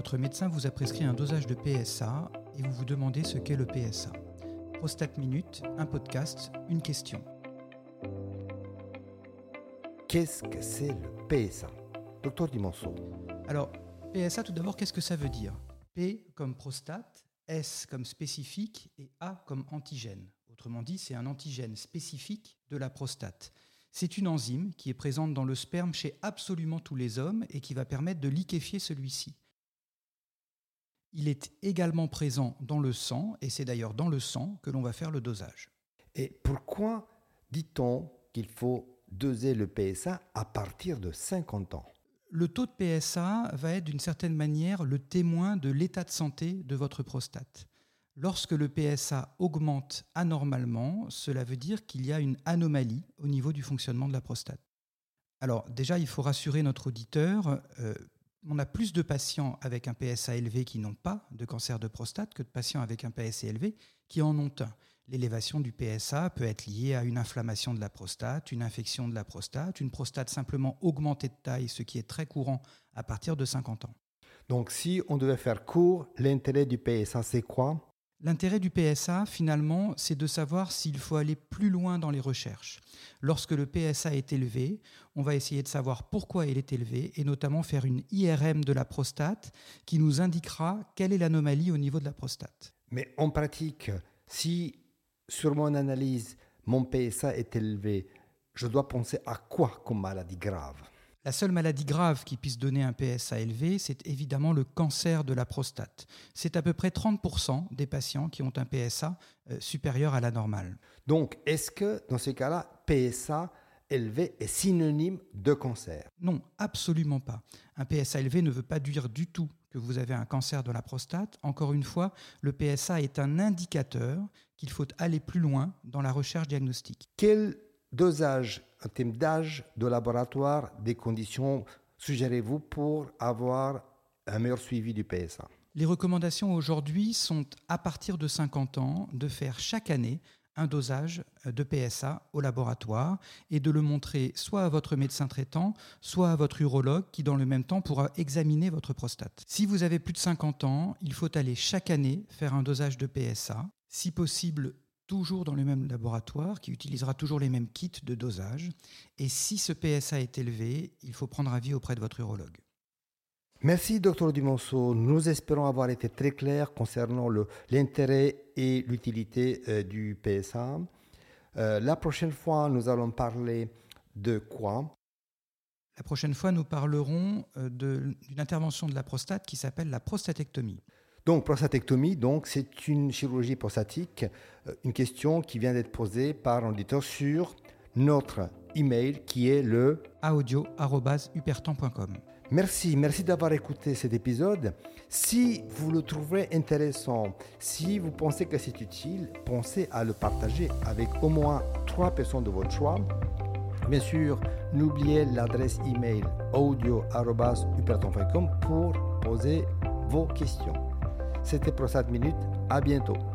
Votre médecin vous a prescrit un dosage de PSA et vous vous demandez ce qu'est le PSA. Prostate Minute, un podcast, une question. Qu'est-ce que c'est le PSA? Docteur Dimonceau. Alors, PSA, tout d'abord, qu'est-ce que ça veut dire? P comme prostate, S comme spécifique et A comme antigène. Autrement dit, c'est un antigène spécifique de la prostate. C'est une enzyme qui est présente dans le sperme chez absolument tous les hommes et qui va permettre de liquéfier celui-ci. Il est également présent dans le sang et c'est d'ailleurs dans le sang que l'on va faire le dosage. Et pourquoi dit-on qu'il faut doser le PSA à partir de 50 ans? Le taux de PSA va être d'une certaine manière le témoin de l'état de santé de votre prostate. Lorsque le PSA augmente anormalement, cela veut dire qu'il y a une anomalie au niveau du fonctionnement de la prostate. Alors déjà, il faut rassurer notre auditeur, on a plus de patients avec un PSA élevé qui n'ont pas de cancer de prostate que de patients avec un PSA élevé qui en ont un. L'élévation du PSA peut être liée à une inflammation de la prostate, une infection de la prostate, une prostate simplement augmentée de taille, ce qui est très courant à partir de 50 ans. Donc si on devait faire court, l'intérêt du PSA, c'est quoi? L'intérêt du PSA, finalement, c'est de savoir s'il faut aller plus loin dans les recherches. Lorsque le PSA est élevé, on va essayer de savoir pourquoi il est élevé et notamment faire une IRM de la prostate qui nous indiquera quelle est l'anomalie au niveau de la prostate. Mais en pratique, si sur mon analyse, mon PSA est élevé, je dois penser à quoi comme maladie grave? La seule maladie grave qui puisse donner un PSA élevé, c'est évidemment le cancer de la prostate. C'est à peu près 30% des patients qui ont un PSA supérieur à la normale. Donc, est-ce que dans ces cas-là, PSA élevé est synonyme de cancer? Non, absolument pas. Un PSA élevé ne veut pas dire du tout que vous avez un cancer de la prostate. Encore une fois, le PSA est un indicateur qu'il faut aller plus loin dans la recherche diagnostique. Quel dosage en termes d'âge, de laboratoire, des conditions suggérez-vous pour avoir un meilleur suivi du PSA? Les recommandations aujourd'hui sont, à partir de 50 ans, de faire chaque année un dosage de PSA au laboratoire et de le montrer soit à votre médecin traitant, soit à votre urologue qui, dans le même temps, pourra examiner votre prostate. Si vous avez plus de 50 ans, il faut aller chaque année faire un dosage de PSA, si possible toujours dans le même laboratoire, qui utilisera toujours les mêmes kits de dosage. Et si ce PSA est élevé, il faut prendre avis auprès de votre urologue. Merci, Dr Dimonceau. Nous espérons avoir été très clairs concernant l'intérêt et l'utilité du PSA. La prochaine fois, nous allons parler de quoi? La prochaine fois, nous parlerons d'une intervention de la prostate qui s'appelle la prostatectomie. Donc, prostatectomie, c'est une chirurgie prostatique, une question qui vient d'être posée par un auditeur sur notre email qui est le audio@hupertemps.com. Merci d'avoir écouté cet épisode. Si vous le trouvez intéressant, si vous pensez que c'est utile, pensez à le partager avec au moins 3 personnes de votre choix. Bien sûr, n'oubliez l'adresse email audio@hupertemps.com pour poser vos questions. C'était Prostate Minute, à bientôt.